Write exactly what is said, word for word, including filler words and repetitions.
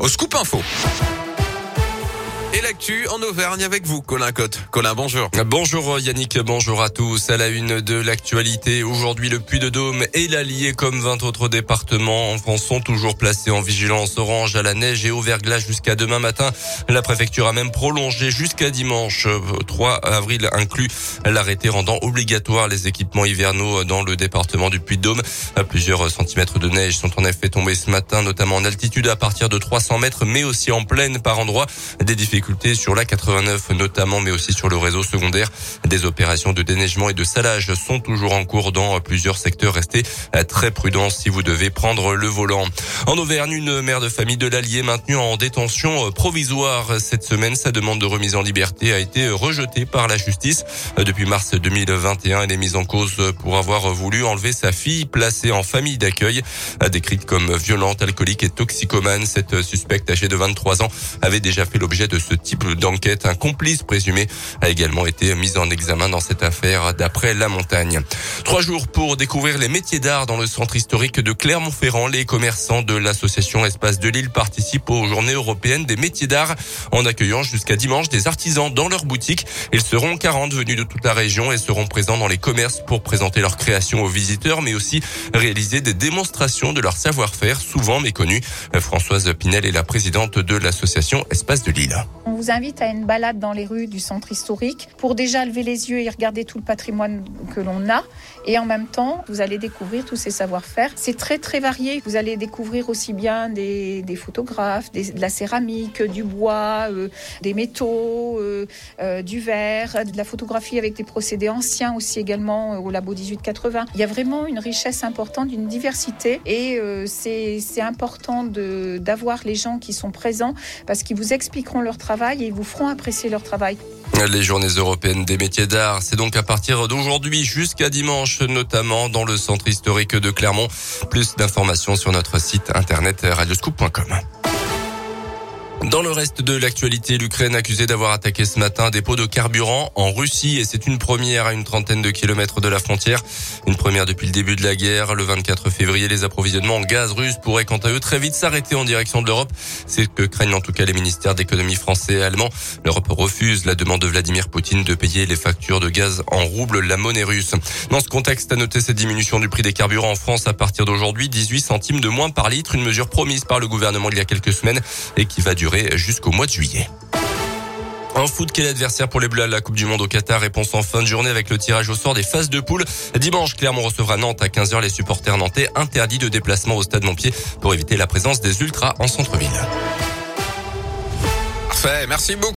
au Scoop Info. Et l'actu en Auvergne avec vous, Colin Cotte. Colin, bonjour. Bonjour Yannick, bonjour à tous. À la une de l'actualité, aujourd'hui le Puy-de-Dôme et l'Allier, comme vingt autres départements en France, sont toujours placés en vigilance orange à la neige et au verglas jusqu'à demain matin. La préfecture a même prolongé jusqu'à dimanche trois avril inclus l'arrêté rendant obligatoire les équipements hivernaux dans le département du Puy-de-Dôme. Plusieurs centimètres de neige sont en effet tombés ce matin, notamment en altitude à partir de trois cents mètres, mais aussi en plaine par endroits. Des difficultés sur la quatre-vingt-neuf notamment, mais aussi sur le réseau secondaire. Des opérations de déneigement et de salage sont toujours en cours dans plusieurs secteurs. Restez très prudents si vous devez prendre le volant. En Auvergne, une mère de famille de l'Allier maintenue en détention provisoire cette semaine. Sa demande de remise en liberté a été rejetée par la justice. Depuis mars deux mille vingt et un, elle est mise en cause pour avoir voulu enlever sa fille placée en famille d'accueil. Décrite comme violente, alcoolique et toxicomane, cette suspecte âgée de vingt-trois ans avait déjà fait l'objet de ce type d'enquête. Un complice présumé a également été mis en examen dans cette affaire d'après La Montagne. Trois jours pour découvrir les métiers d'art dans le centre historique de Clermont-Ferrand. Les commerçants de l'association Espace de Lille participent aux journées européennes des métiers d'art en accueillant jusqu'à dimanche des artisans dans leurs boutiques. Ils seront quarante venus de toute la région et seront présents dans les commerces pour présenter leurs créations aux visiteurs, mais aussi réaliser des démonstrations de leur savoir-faire souvent méconnu. Françoise Pinel est la présidente de l'association Espace de Lille. On vous invite à une balade dans les rues du centre historique pour déjà lever les yeux et regarder tout le patrimoine que l'on a. Et en même temps, vous allez découvrir tous ces savoir-faire. C'est très très varié. Vous allez découvrir aussi bien des, des photographes, des, de la céramique, du bois, euh, des métaux, euh, euh, du verre, de la photographie avec des procédés anciens aussi également euh, au labo dix-huit quatre-vingts. Il y a vraiment une richesse importante, une diversité et euh, c'est, c'est important de, d'avoir les gens qui sont présents parce qu'ils vous expliqueront leur travail et ils vous feront apprécier leur travail. Les journées européennes des métiers d'art, c'est donc à partir d'aujourd'hui jusqu'à dimanche, notamment dans le centre historique de Clermont. Plus d'informations sur notre site internet radioscoop point com. Dans le reste de l'actualité, l'Ukraine accusée d'avoir attaqué ce matin un dépôt de carburant en Russie et c'est une première à une trentaine de kilomètres de la frontière. Une première depuis le début de la guerre. Le vingt-quatre février, les approvisionnements en gaz russe pourraient quant à eux très vite s'arrêter en direction de l'Europe. C'est ce que craignent en tout cas les ministères d'économie français et allemands. L'Europe refuse la demande de Vladimir Poutine de payer les factures de gaz en rouble, la monnaie russe. Dans ce contexte, à noter cette diminution du prix des carburants en France à partir d'aujourd'hui, dix-huit centimes de moins par litre, une mesure promise par le gouvernement il y a quelques semaines et qui va durer jusqu'au mois de juillet. En foot, quel adversaire pour les Bleus à la Coupe du Monde au Qatar? Réponse en fin de journée avec le tirage au sort des phases de poule. Dimanche, Clermont recevra Nantes à quinze heures. Les supporters nantais interdits de déplacement au stade Montpied pour éviter la présence des ultras en centre-ville. Parfait, merci beaucoup.